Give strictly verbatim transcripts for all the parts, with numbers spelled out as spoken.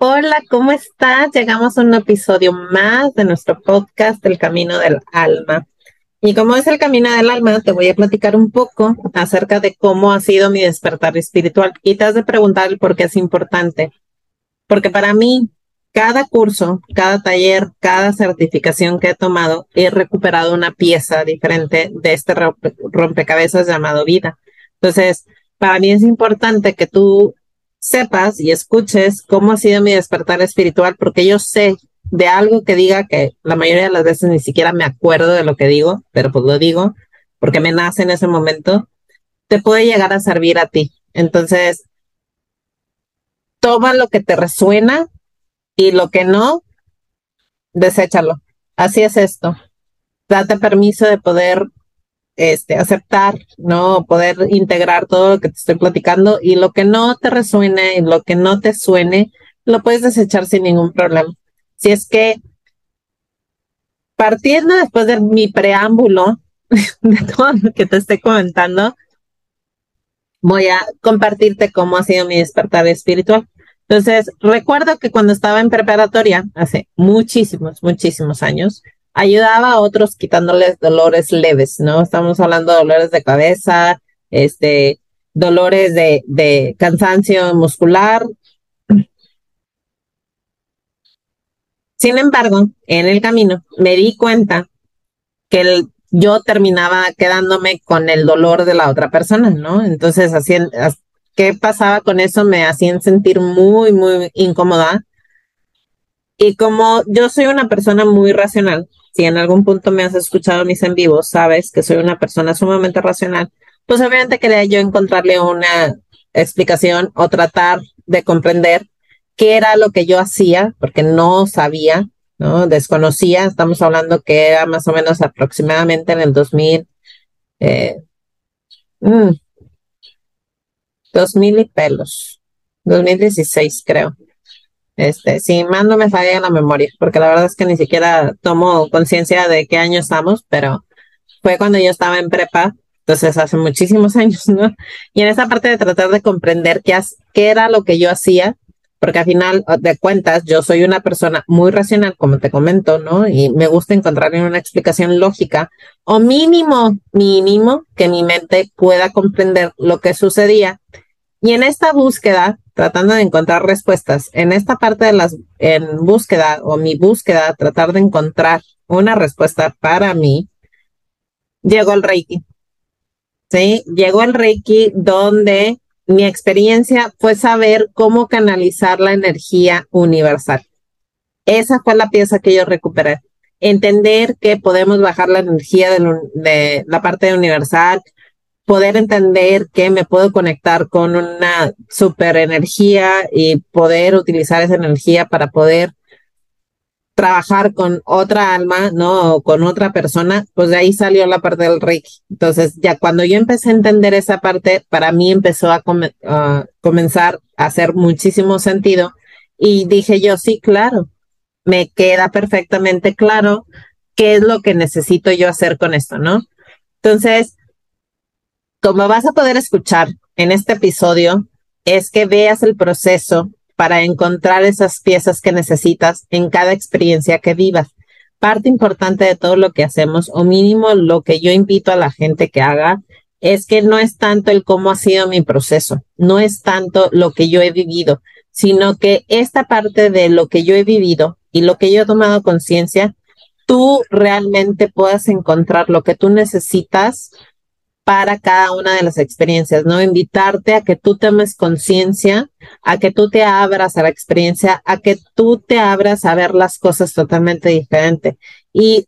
Hola, ¿cómo estás? Llegamos a un episodio más de nuestro podcast El Camino del Alma. Y como es el Camino del Alma, te voy a platicar un poco acerca de cómo ha sido mi despertar espiritual. Y te has de preguntar el por qué es importante. Porque para mí, cada curso, cada taller, cada certificación que he tomado, he recuperado una pieza diferente de este rompe- rompecabezas llamado vida. Entonces, para mí es importante que tú sepas y escuches cómo ha sido mi despertar espiritual, porque yo sé de algo que diga que la mayoría de las veces ni siquiera me acuerdo de lo que digo, pero pues lo digo porque me nace en ese momento, te puede llegar a servir a ti. Entonces, toma lo que te resuena y lo que no, deséchalo. Así es esto. Date permiso de poder este, aceptar, ¿no? Poder integrar todo lo que te estoy platicando y lo que no te resuene y lo que no te suene, lo puedes desechar sin ningún problema. Si es que partiendo después de mi preámbulo, de todo lo que te estoy comentando, voy a compartirte cómo ha sido mi despertar espiritual. Entonces, recuerdo que cuando estaba en preparatoria, hace muchísimos, muchísimos años, ayudaba a otros quitándoles dolores leves, ¿no? Estamos hablando de dolores de cabeza, este, dolores de, de cansancio muscular. Sin embargo, en el camino me di cuenta que el, yo terminaba quedándome con el dolor de la otra persona, ¿no? Entonces, así, ¿qué pasaba con eso? Me hacían sentir muy, muy incómoda. Y como yo soy una persona muy racional, si en algún punto me has escuchado mis en vivos, sabes que soy una persona sumamente racional, pues obviamente quería yo encontrarle una explicación o tratar de comprender qué era lo que yo hacía, porque no sabía, ¿no? Desconocía, estamos hablando que era más o menos aproximadamente en el dos mil, eh, mm, dos mil y pelos, dos mil dieciséis creo. Este, si más no me falla la memoria, porque la verdad es que ni siquiera tomo conciencia de qué año estamos, pero fue cuando yo estaba en prepa, entonces hace muchísimos años, ¿no? Y en esa parte de tratar de comprender qué, has- qué era lo que yo hacía, porque al final de cuentas yo soy una persona muy racional, como te comento, ¿no? Y me gusta encontrarle una explicación lógica, o mínimo, mínimo, que mi mente pueda comprender lo que sucedía. Y en esta búsqueda, tratando de encontrar respuestas, en esta parte de las, en búsqueda o mi búsqueda, tratar de encontrar una respuesta para mí, llegó el Reiki, ¿sí? Llegó el Reiki donde mi experiencia fue saber cómo canalizar la energía universal. Esa fue la pieza que yo recuperé. Entender que podemos bajar la energía de, lo, de la parte universal, poder entender que me puedo conectar con una super energía y poder utilizar esa energía para poder trabajar con otra alma, ¿no? O con otra persona, pues de ahí salió la parte del Reiki. Entonces, ya cuando yo empecé a entender esa parte, para mí empezó a come- a comenzar a hacer muchísimo sentido y dije yo, sí, claro, me queda perfectamente claro qué es lo que necesito yo hacer con esto, ¿no? Entonces, como vas a poder escuchar en este episodio, es que veas el proceso para encontrar esas piezas que necesitas en cada experiencia que vivas. Parte importante de todo lo que hacemos, o mínimo lo que yo invito a la gente que haga, es que no es tanto el cómo ha sido mi proceso, no es tanto lo que yo he vivido, sino que esta parte de lo que yo he vivido y lo que yo he tomado conciencia, tú realmente puedas encontrar lo que tú necesitas para cada una de las experiencias, ¿no? Invitarte a que tú tomes conciencia, a que tú te abras a la experiencia, a que tú te abras a ver las cosas totalmente diferente. Y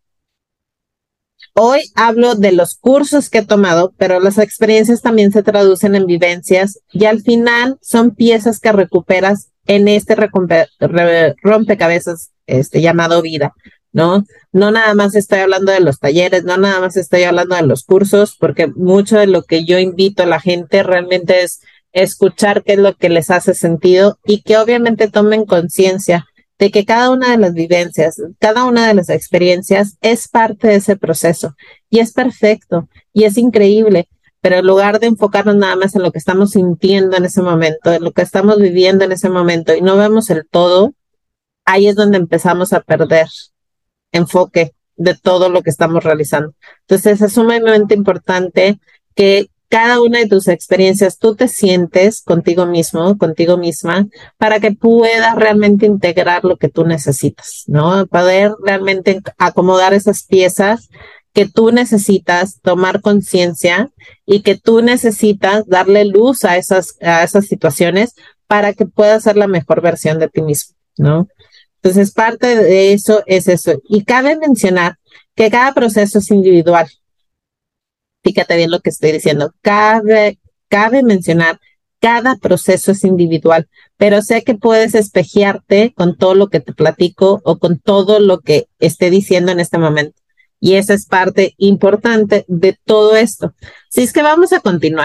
hoy hablo de los cursos que he tomado, pero las experiencias también se traducen en vivencias y al final son piezas que recuperas en este recompe- re- rompecabezas este, llamado vida, ¿no? No nada más estoy hablando de los talleres, no nada más estoy hablando de los cursos, porque mucho de lo que yo invito a la gente realmente es escuchar qué es lo que les hace sentido y que obviamente tomen conciencia de que cada una de las vivencias, cada una de las experiencias es parte de ese proceso y es perfecto y es increíble, pero en lugar de enfocarnos nada más en lo que estamos sintiendo en ese momento, en lo que estamos viviendo en ese momento y no vemos el todo, ahí es donde empezamos a perder enfoque de todo lo que estamos realizando. Entonces es sumamente importante que cada una de tus experiencias tú te sientes contigo mismo, contigo misma, para que puedas realmente integrar lo que tú necesitas, ¿no? Poder realmente acomodar esas piezas que tú necesitas tomar conciencia y que tú necesitas darle luz a esas, a esas situaciones para que puedas ser la mejor versión de ti mismo, ¿no? Entonces, parte de eso es eso. Y cabe mencionar que cada proceso es individual. Fíjate bien lo que estoy diciendo. Cabe, cabe mencionar, cada proceso es individual, pero sé que puedes espejearte con todo lo que te platico o con todo lo que esté diciendo en este momento. Y esa es parte importante de todo esto. Si es que vamos a continuar.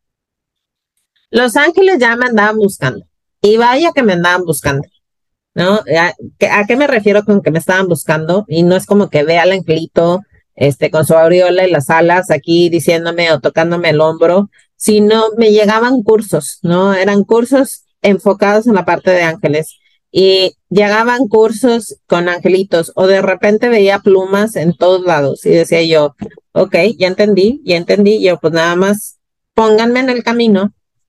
Los ángeles ya me andaban buscando. Y vaya que me andaban buscando. ¿No? ¿A, ¿A qué me refiero con que me estaban buscando? Y no es como que vea al angelito este, con su aureola y las alas aquí diciéndome o tocándome el hombro, sino me llegaban cursos, ¿no? Eran cursos enfocados en la parte de ángeles y llegaban cursos con angelitos o de repente veía plumas en todos lados y decía yo, ok, ya entendí, ya entendí, yo pues nada más pónganme en el camino.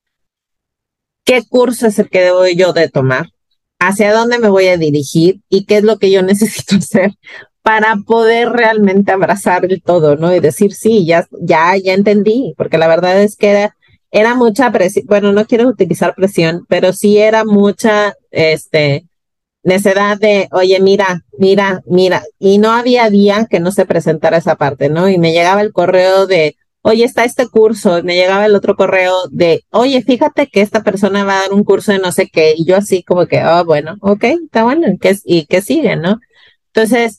¿Qué curso es el que debo yo de tomar? ¿Hacia dónde me voy a dirigir? ¿Y qué es lo que yo necesito hacer para poder realmente abrazar el todo, ¿no? Y decir, sí, ya, ya, ya entendí, porque la verdad es que era, era mucha presión, bueno, no quiero utilizar presión, pero sí era mucha, este, necedad de, oye, mira, mira, mira, y no había día que no se presentara esa parte, ¿no? Y me llegaba el correo de, oye, está este curso, me llegaba el otro correo de, oye, fíjate que esta persona va a dar un curso de no sé qué, y yo así como que, oh, bueno, ok, está bueno, ¿qué, y qué sigue, no? Entonces,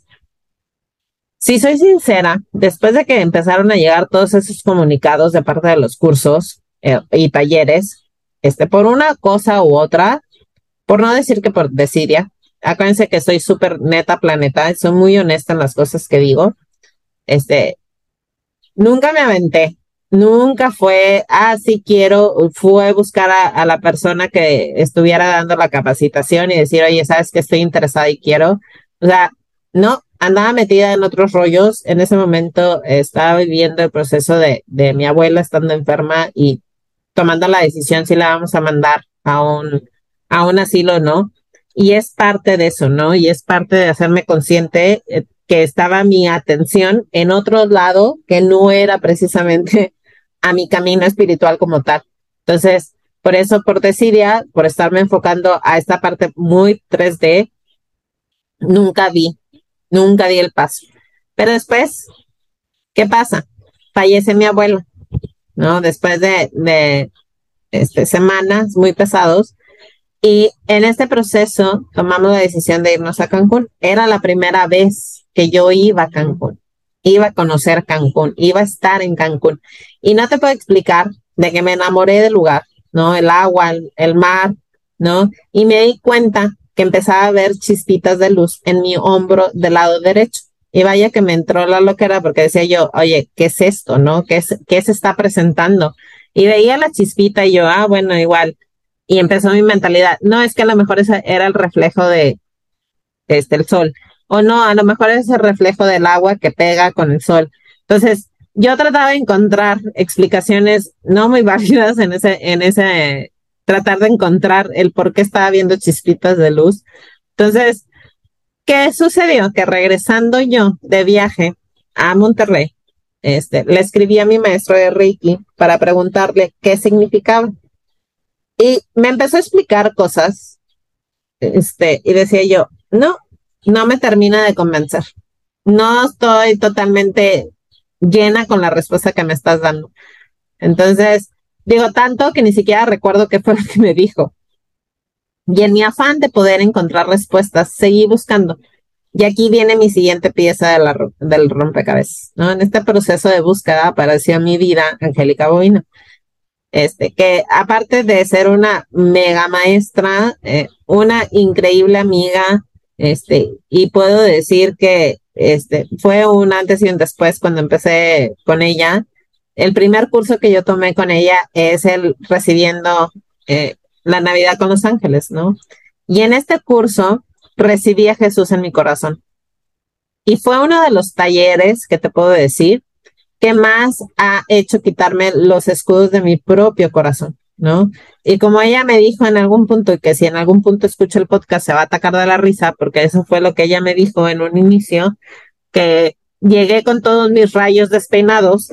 si soy sincera, después de que empezaron a llegar todos esos comunicados de parte de los cursos eh, y talleres, este, por una cosa u otra, por no decir que por desidia, acuérdense que soy súper neta planeta, soy muy honesta en las cosas que digo, este, nunca me aventé, nunca fue, ah, sí quiero, fue buscar a, a la persona que estuviera dando la capacitación y decir, oye, sabes que estoy interesada y quiero, o sea, no, andaba metida en otros rollos, en ese momento eh, estaba viviendo el proceso de, de mi abuela estando enferma y tomando la decisión si la vamos a mandar a un, a un asilo o no, y es parte de eso, ¿no? Y es parte de hacerme consciente eh, que estaba mi atención en otro lado que no era precisamente a mi camino espiritual como tal. Entonces, por eso, por desidia, por estarme enfocando a esta parte muy tres D, nunca vi, nunca di el paso. Pero después, ¿qué pasa? Fallece mi abuelo, ¿no? Después de, de este, semanas muy pesados, y en este proceso tomamos la decisión de irnos a Cancún. Era la primera vez que yo iba a Cancún, iba a conocer Cancún, iba a estar en Cancún. Y no te puedo explicar de que me enamoré del lugar, ¿no? El agua, el, el mar, ¿no? Y me di cuenta que empezaba a ver chispitas de luz en mi hombro del lado derecho. Y vaya que me entró la loquera porque decía yo, oye, ¿qué es esto, no? ¿Qué, es, qué se está presentando? Y veía la chispita y yo, ah, bueno, igual. Y empezó mi mentalidad, no, es que a lo mejor ese era el reflejo de este el sol, o no, a lo mejor es el reflejo del agua que pega con el sol. Entonces, yo trataba de encontrar explicaciones no muy válidas en ese, en ese, tratar de encontrar el por qué estaba viendo chispitas de luz. Entonces, ¿qué sucedió? Que regresando yo de viaje a Monterrey, este, le escribí a mi maestro de Reiki para preguntarle qué significaba. Y me empezó a explicar cosas, este, y decía yo, no, no me termina de convencer. No estoy totalmente llena con la respuesta que me estás dando. Entonces, digo tanto que ni siquiera recuerdo qué fue lo que me dijo. Y en mi afán de poder encontrar respuestas, seguí buscando. Y aquí viene mi siguiente pieza de la, del rompecabezas, ¿no? En este proceso de búsqueda apareció mi vida Angélica Bovino. Este, que aparte de ser una mega maestra, eh, una increíble amiga, este, y puedo decir que este, fue un antes y un después cuando empecé con ella, el primer curso que yo tomé con ella es el recibiendo eh, la Navidad con los ángeles, ¿no? Y en este curso recibí a Jesús en mi corazón. Y fue uno de los talleres que te puedo decir que más ha hecho quitarme los escudos de mi propio corazón, ¿no? Y como ella me dijo en algún punto, y que si en algún punto escucho el podcast se va a atacar de la risa, porque eso fue lo que ella me dijo en un inicio, que llegué con todos mis rayos despeinados,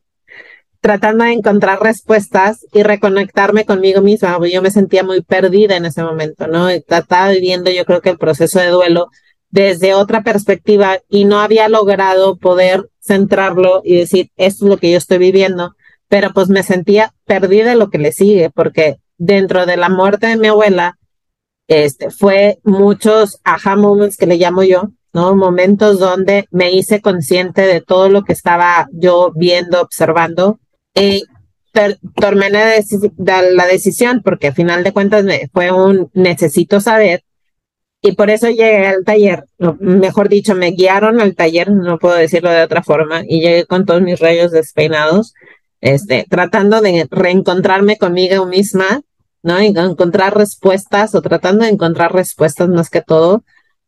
tratando de encontrar respuestas y reconectarme conmigo misma, porque yo me sentía muy perdida en ese momento, ¿no? Estaba viviendo yo creo que el proceso de duelo desde otra perspectiva y no había logrado poder centrarlo y decir, esto es lo que yo estoy viviendo, pero pues me sentía perdida en lo que le sigue, porque dentro de la muerte de mi abuela, este, fue muchos aha moments que le llamo yo, ¿no? Momentos donde me hice consciente de todo lo que estaba yo viendo, observando, y ter- tomé la, deci- da- la decisión, porque al final de cuentas me, fue un necesito saber, y por eso llegué al taller, o mejor dicho, me guiaron al taller, no puedo decirlo de otra forma, y llegué con todos mis rayos despeinados, este, tratando de reencontrarme conmigo misma, ¿no? Y encontrar respuestas, o tratando de encontrar respuestas más que todo.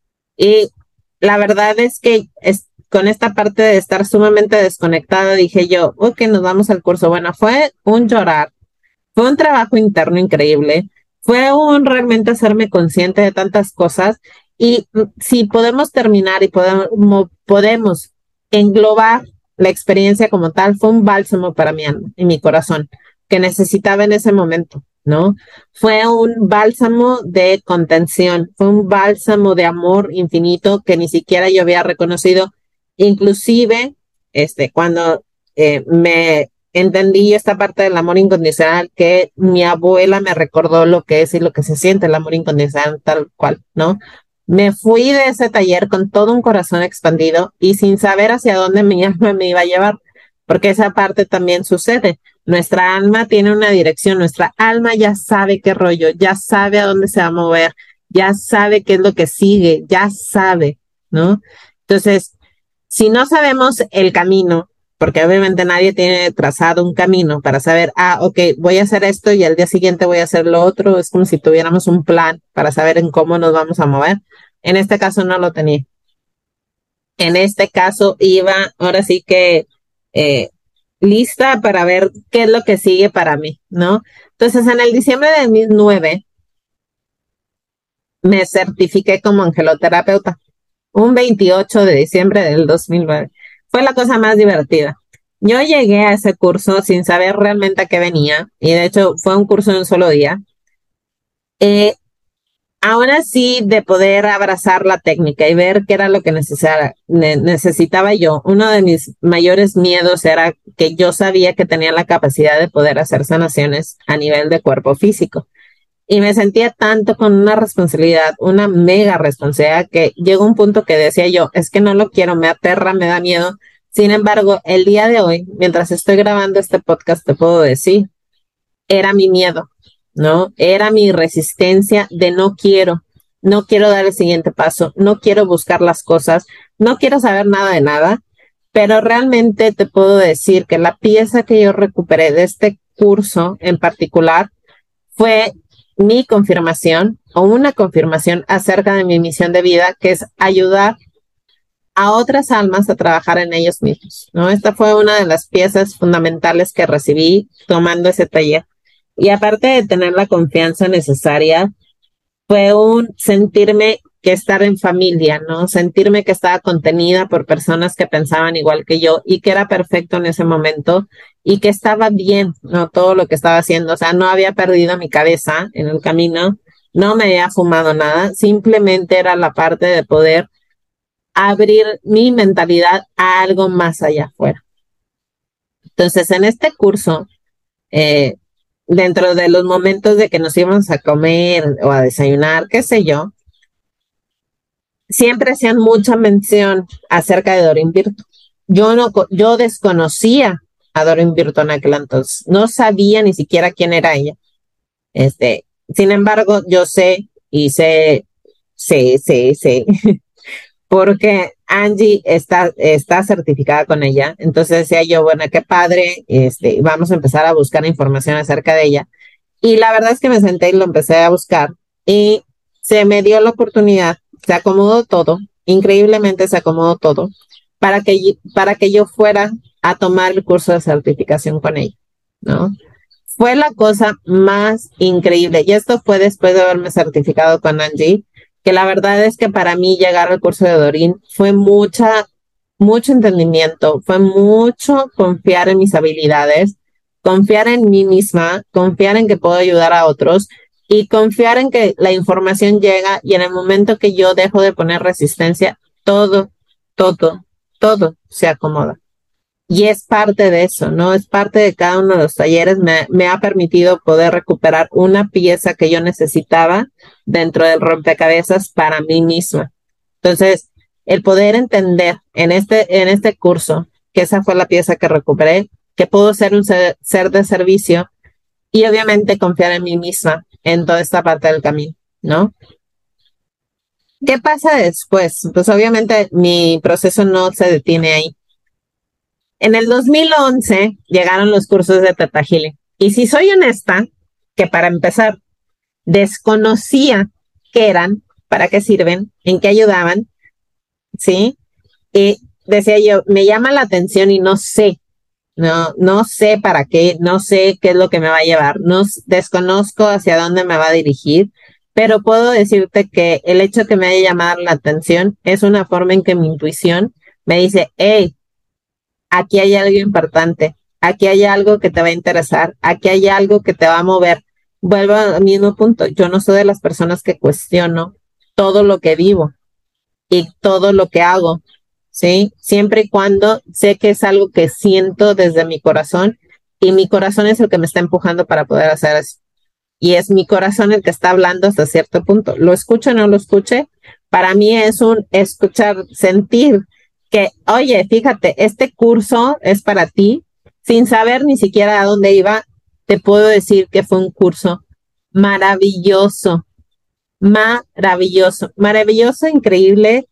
Y la verdad es que es, con esta parte de estar sumamente desconectada, dije yo, ok, nos vamos al curso. Bueno, fue un llorar, fue un trabajo interno increíble, fue un realmente hacerme consciente de tantas cosas. Y mm, si podemos terminar y podemos, mo- podemos englobar la experiencia como tal, fue un bálsamo para mi alma y mi corazón que necesitaba en ese momento, ¿no? Fue un bálsamo de contención, fue un bálsamo de amor infinito que ni siquiera yo había reconocido, inclusive este, cuando eh, me entendí esta parte del amor incondicional, que mi abuela me recordó lo que es y lo que se siente el amor incondicional tal cual, ¿no? Me fui de ese taller con todo un corazón expandido y sin saber hacia dónde mi alma me iba a llevar, porque esa parte también sucede. Nuestra alma tiene una dirección, nuestra alma ya sabe qué rollo, ya sabe a dónde se va a mover, ya sabe qué es lo que sigue, ya sabe, ¿no? Entonces, si no sabemos el camino, porque obviamente nadie tiene trazado un camino para saber, ah, ok, voy a hacer esto y al día siguiente voy a hacer lo otro, es como si tuviéramos un plan para saber en cómo nos vamos a mover. En este caso no lo tenía. En este caso iba, ahora sí que eh, lista para ver qué es lo que sigue para mí, ¿no? Entonces, en el diciembre de dos mil nueve me certifiqué como angeloterapeuta, un veintiocho de diciembre del dos mil nueve. Fue la cosa más divertida. Yo llegué a ese curso sin saber realmente a qué venía, y de hecho fue un curso de un solo día. Eh, Aún así, de poder abrazar la técnica y ver qué era lo que necesitaba, ne- necesitaba yo, uno de mis mayores miedos era que yo sabía que tenía la capacidad de poder hacer sanaciones a nivel de cuerpo físico. Y me sentía tanto con una responsabilidad, una mega responsabilidad, que llegó un punto que decía yo, es que no lo quiero, me aterra, me da miedo. Sin embargo, el día de hoy, mientras estoy grabando este podcast, te puedo decir, era mi miedo, ¿no? Era mi resistencia de no quiero, no quiero dar el siguiente paso, no quiero buscar las cosas, no quiero saber nada de nada, pero realmente te puedo decir que la pieza que yo recuperé de este curso en particular fue mi confirmación o una confirmación acerca de mi misión de vida, que es ayudar a otras almas a trabajar en ellos mismos, ¿no? Esta fue una de las piezas fundamentales que recibí tomando ese taller. Y aparte de tener la confianza necesaria, fue un sentirme que estar en familia, ¿no? Sentirme que estaba contenida por personas que pensaban igual que yo y que era perfecto en ese momento y que estaba bien, ¿no? Todo lo que estaba haciendo, o sea, no había perdido mi cabeza en el camino, no me había fumado nada, simplemente era la parte de poder abrir mi mentalidad a algo más allá afuera. Entonces, en este curso, eh, dentro de los momentos de que nos íbamos a comer o a desayunar, qué sé yo, siempre hacían mucha mención acerca de Doreen Virtue. Yo no, yo desconocía a Doreen Virtue en aquel entonces, no sabía ni siquiera quién era ella. Este, sin embargo, yo sé y sé, sé, sé, sé, porque Angie está, está certificada con ella, entonces decía yo, bueno, qué padre, este, vamos a empezar a buscar información acerca de ella. Y la verdad es que me senté y lo empecé a buscar y se me dio la oportunidad, se acomodó todo, increíblemente se acomodó todo, para que, para que yo fuera a tomar el curso de certificación con ella, ¿no? Fue la cosa más increíble. Y esto fue después de haberme certificado con Angie, que la verdad es que para mí llegar al curso de Dorin fue mucha, mucho entendimiento, fue mucho confiar en mis habilidades, confiar en mí misma, confiar en que puedo ayudar a otros y confiar en que la información llega y en el momento que yo dejo de poner resistencia, todo, todo, todo se acomoda. Y es parte de eso, ¿no? Es parte de cada uno de los talleres. Me, me ha permitido poder recuperar una pieza que yo necesitaba dentro del rompecabezas para mí misma. Entonces, el poder entender en este, en este curso que esa fue la pieza que recuperé, que puedo ser un ser, ser de servicio y obviamente confiar en mí misma en toda esta parte del camino, ¿no? ¿Qué pasa después? Pues obviamente mi proceso no se detiene ahí. En el dos mil once llegaron los cursos de Theta Healing. Y si soy honesta, que para empezar, desconocía qué eran, para qué sirven, en qué ayudaban, ¿sí? Y decía yo, me llama la atención y no sé, no, no sé para qué, no sé qué es lo que me va a llevar, no desconozco hacia dónde me va a dirigir, pero puedo decirte que el hecho de que me haya llamado la atención es una forma en que mi intuición me dice, hey, aquí hay algo importante, aquí hay algo que te va a interesar, aquí hay algo que te va a mover. Vuelvo al mismo punto, yo no soy de las personas que cuestiono todo lo que vivo y todo lo que hago, ¿sí? Siempre y cuando sé que es algo que siento desde mi corazón y mi corazón es el que me está empujando para poder hacer eso. Y es mi corazón el que está hablando hasta cierto punto. Lo escucho o no lo escuche, para mí es un escuchar, sentir que, oye, fíjate, este curso es para ti, sin saber ni siquiera a dónde iba, te puedo decir que fue un curso maravilloso, maravilloso, maravilloso, increíble,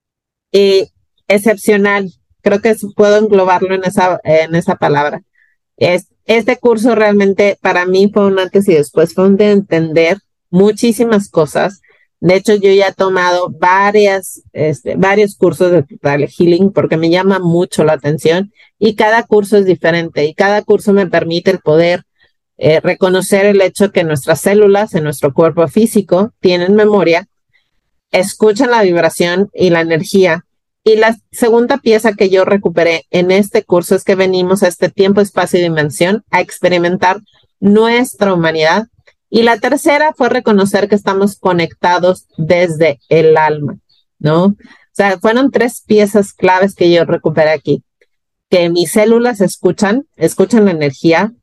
eh, excepcional. Creo que puedo englobarlo en esa, en esa palabra. Es, este curso realmente para mí fue un antes y después, fue un de entender muchísimas cosas. De hecho, yo ya he tomado varias, este, varios cursos de Total Healing porque me llama mucho la atención y cada curso es diferente y cada curso me permite el poder eh, reconocer el hecho que nuestras células en nuestro cuerpo físico tienen memoria, escuchan la vibración y la energía. Y la segunda pieza que yo recuperé en este curso es que venimos a este tiempo, espacio y dimensión a experimentar nuestra humanidad. Y la tercera fue reconocer que estamos conectados desde el alma, ¿no? O sea, fueron tres piezas claves que yo recuperé aquí. Que mis células escuchan, escuchan la energía,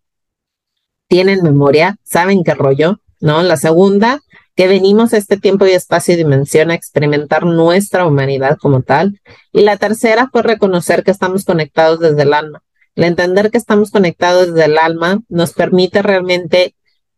tienen memoria, saben qué rollo, ¿no? La segunda, que venimos a este tiempo y espacio y dimensión a experimentar nuestra humanidad como tal. Y la tercera fue reconocer que estamos conectados desde el alma. El entender que estamos conectados desde el alma nos permite realmente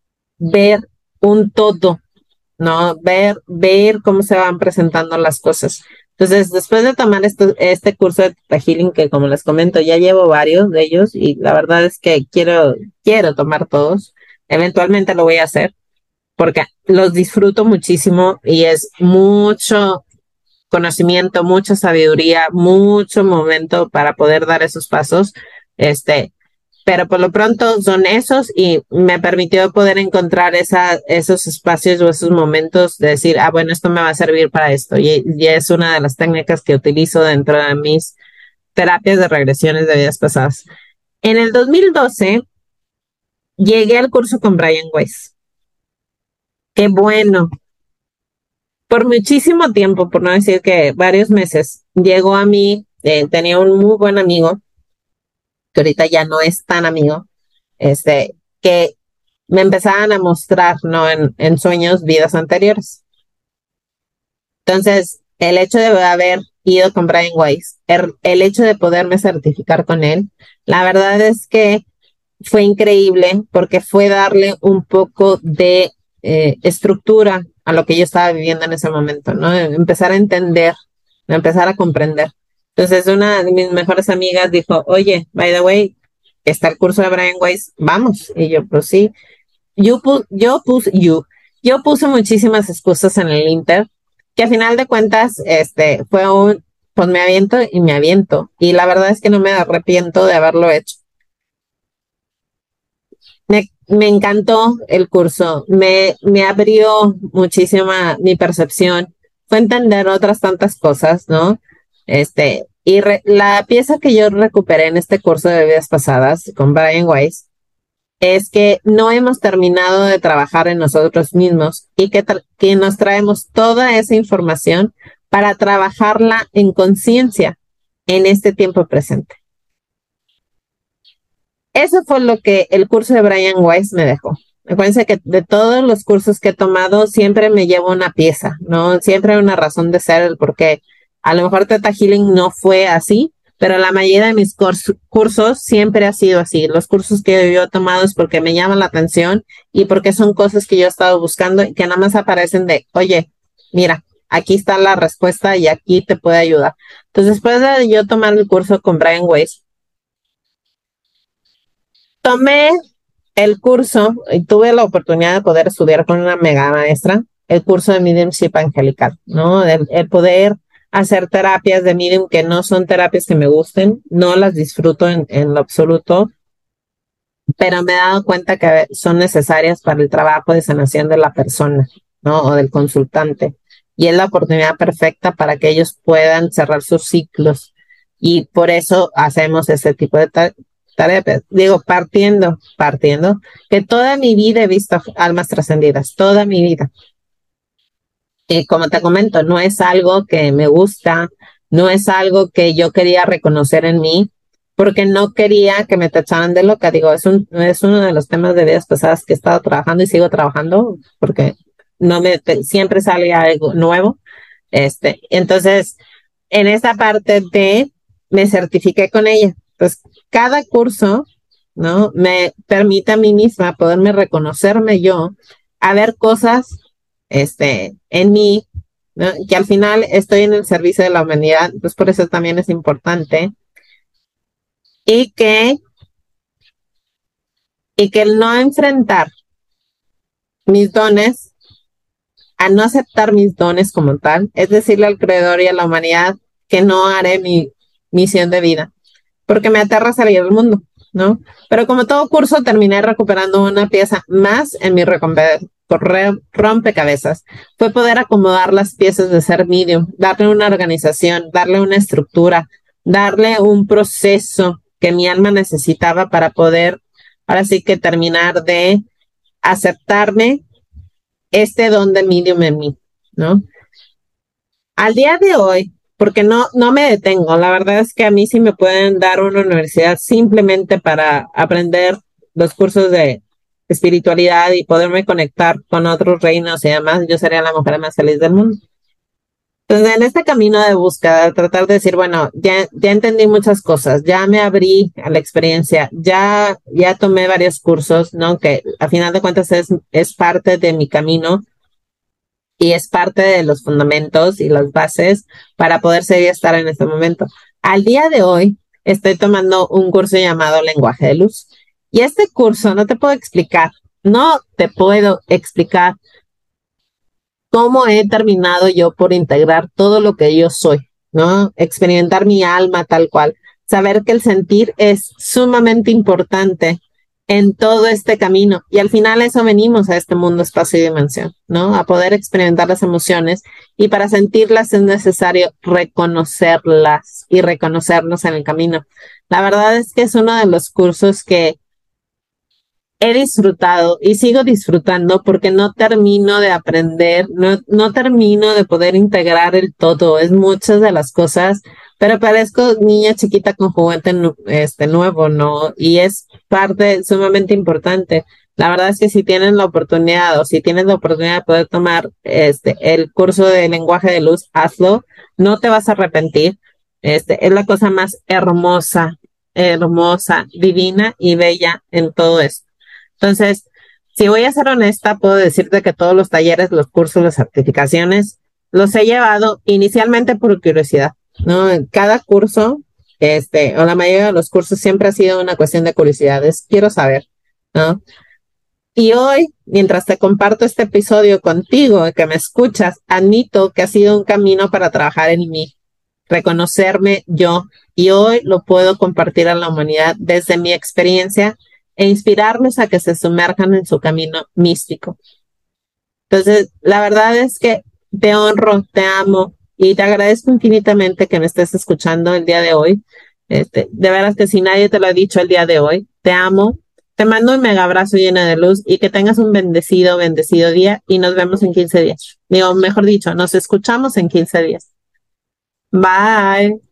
ver un todo, ¿no? Ver, ver cómo se van presentando las cosas. Entonces, después de tomar este, este curso de Theta Healing, que como les comento, ya llevo varios de ellos y la verdad es que quiero, quiero tomar todos. Eventualmente lo voy a hacer porque los disfruto muchísimo y es mucho conocimiento, mucha sabiduría, mucho momento para poder dar esos pasos. Este, pero por lo pronto son esos y me permitió poder encontrar esa, esos espacios o esos momentos de decir, ah, bueno, esto me va a servir para esto. Y, y es una de las técnicas que utilizo dentro de mis terapias de regresiones de vidas pasadas. En el dos mil doce llegué al curso con Brian Weiss. Qué bueno. Por muchísimo tiempo, por no decir que varios meses, llegó a mí, eh, tenía un muy buen amigo, que ahorita ya no es tan amigo, este, que me empezaban a mostrar, ¿no? En, en sueños, vidas anteriores. Entonces, el hecho de haber ido con Brian Weiss, el, el hecho de poderme certificar con él, la verdad es que fue increíble porque fue darle un poco de eh, estructura a lo que yo estaba viviendo en ese momento, ¿no? Empezar a entender empezar a comprender. Entonces una de mis mejores amigas dijo, oye, by the way, está el curso de Brian Weiss, vamos. Y yo, pues sí, yo, pu yo puse, yo, yo puse muchísimas excusas en el Inter, que a final de cuentas, este, fue un, pues me aviento y me aviento. Y la verdad es que no me arrepiento de haberlo hecho. Me, me encantó el curso, me, me abrió muchísima mi percepción, fue entender otras tantas cosas, ¿no? Este, y re, la pieza que yo recuperé en este curso de vidas pasadas con Brian Weiss es que no hemos terminado de trabajar en nosotros mismos y que, que nos traemos toda esa información para trabajarla en conciencia en este tiempo presente. Eso fue lo que el curso de Brian Weiss me dejó. Acuérdense que de todos los cursos que he tomado, siempre me llevo una pieza, ¿no? Siempre hay una razón de ser, el por qué. A lo mejor Theta Healing no fue así, pero la mayoría de mis cursos siempre ha sido así. Los cursos que yo he tomado es porque me llaman la atención y porque son cosas que yo he estado buscando y que nada más aparecen de, oye, mira, aquí está la respuesta y aquí te puede ayudar. Entonces, después de yo tomar el curso con Brian Weiss, tomé el curso y tuve la oportunidad de poder estudiar con una mega maestra el curso de mediumship angelical, ¿no? El, el poder hacer terapias de medium que no son terapias que me gusten, no las disfruto en, en lo absoluto, pero me he dado cuenta que son necesarias para el trabajo de sanación de la persona, ¿no? O del consultante. Y es la oportunidad perfecta para que ellos puedan cerrar sus ciclos. Y por eso hacemos este tipo de terapias. Digo, partiendo, partiendo, que toda mi vida he visto almas trascendidas, toda mi vida. Y como te comento, no es algo que me gusta, no es algo que yo quería reconocer en mí, porque no quería que me tacharan de loca. Digo, es, un, es uno de los temas de vidas pasadas que he estado trabajando y sigo trabajando, porque no me, siempre sale algo nuevo. Este, entonces, en esta parte de, me certifiqué con ella. Pues cada curso, ¿no? Me permite a mí misma poderme reconocerme yo, a ver cosas, este, en mí, ¿no? Que al final estoy en el servicio de la humanidad, pues por eso también es importante. Y que, y que el no enfrentar mis dones, a no aceptar mis dones como tal, es decirle al creador y a la humanidad que no haré mi misión de vida, porque me aterra salir del mundo, ¿no? Pero como todo curso, terminé recuperando una pieza más en mi rompecabezas. Fue poder acomodar las piezas de ser medium, darle una organización, darle una estructura, darle un proceso que mi alma necesitaba para poder, ahora sí que terminar de aceptarme este don de medium en mí, ¿no? Al día de hoy, porque no, no me detengo, la verdad es que a mí sí me pueden dar una universidad simplemente para aprender los cursos de espiritualidad y poderme conectar con otros reinos y demás, yo sería la mujer más feliz del mundo. Entonces, en este camino de búsqueda, tratar de decir, bueno, ya, ya entendí muchas cosas, ya me abrí a la experiencia, ya, ya tomé varios cursos, ¿no? Que a final de cuentas es, es parte de mi camino y es parte de los fundamentos y las bases para poder seguir estar en este momento. Al día de hoy, estoy tomando un curso llamado Lenguaje de Luz. Y este curso no te puedo explicar, no te puedo explicar cómo he terminado yo por integrar todo lo que yo soy, ¿no? Experimentar mi alma tal cual, saber que el sentir es sumamente importante en todo este camino y al final eso venimos a este mundo, espacio y dimensión, ¿no? A poder experimentar las emociones y para sentirlas es necesario reconocerlas y reconocernos en el camino. La verdad es que es uno de los cursos que he disfrutado y sigo disfrutando porque no termino de aprender, no, no termino de poder integrar el todo, es muchas de las cosas, pero parezco niña chiquita con juguete este, nuevo, ¿no? Y es parte sumamente importante. La verdad es que si tienen la oportunidad o si tienes la oportunidad de poder tomar este, el curso de lenguaje de luz, hazlo, no te vas a arrepentir. Este, es la cosa más hermosa, hermosa, divina y bella en todo esto. Entonces, si voy a ser honesta, puedo decirte que todos los talleres, los cursos, las certificaciones los he llevado inicialmente por curiosidad, ¿no? En cada curso, este, o la mayoría de los cursos siempre ha sido una cuestión de curiosidades. Quiero saber, ¿no? Y hoy, mientras te comparto este episodio contigo, que me escuchas, admito que ha sido un camino para trabajar en mí, reconocerme yo, y hoy lo puedo compartir a la humanidad desde mi experiencia e inspirarlos a que se sumerjan en su camino místico. Entonces, la verdad es que te honro, te amo y te agradezco infinitamente que me estés escuchando el día de hoy. Este, de veras que si nadie te lo ha dicho el día de hoy, te amo, te mando un mega abrazo lleno de luz y que tengas un bendecido, bendecido día y nos vemos en quince días. Digo, mejor dicho, nos escuchamos en quince días. Bye.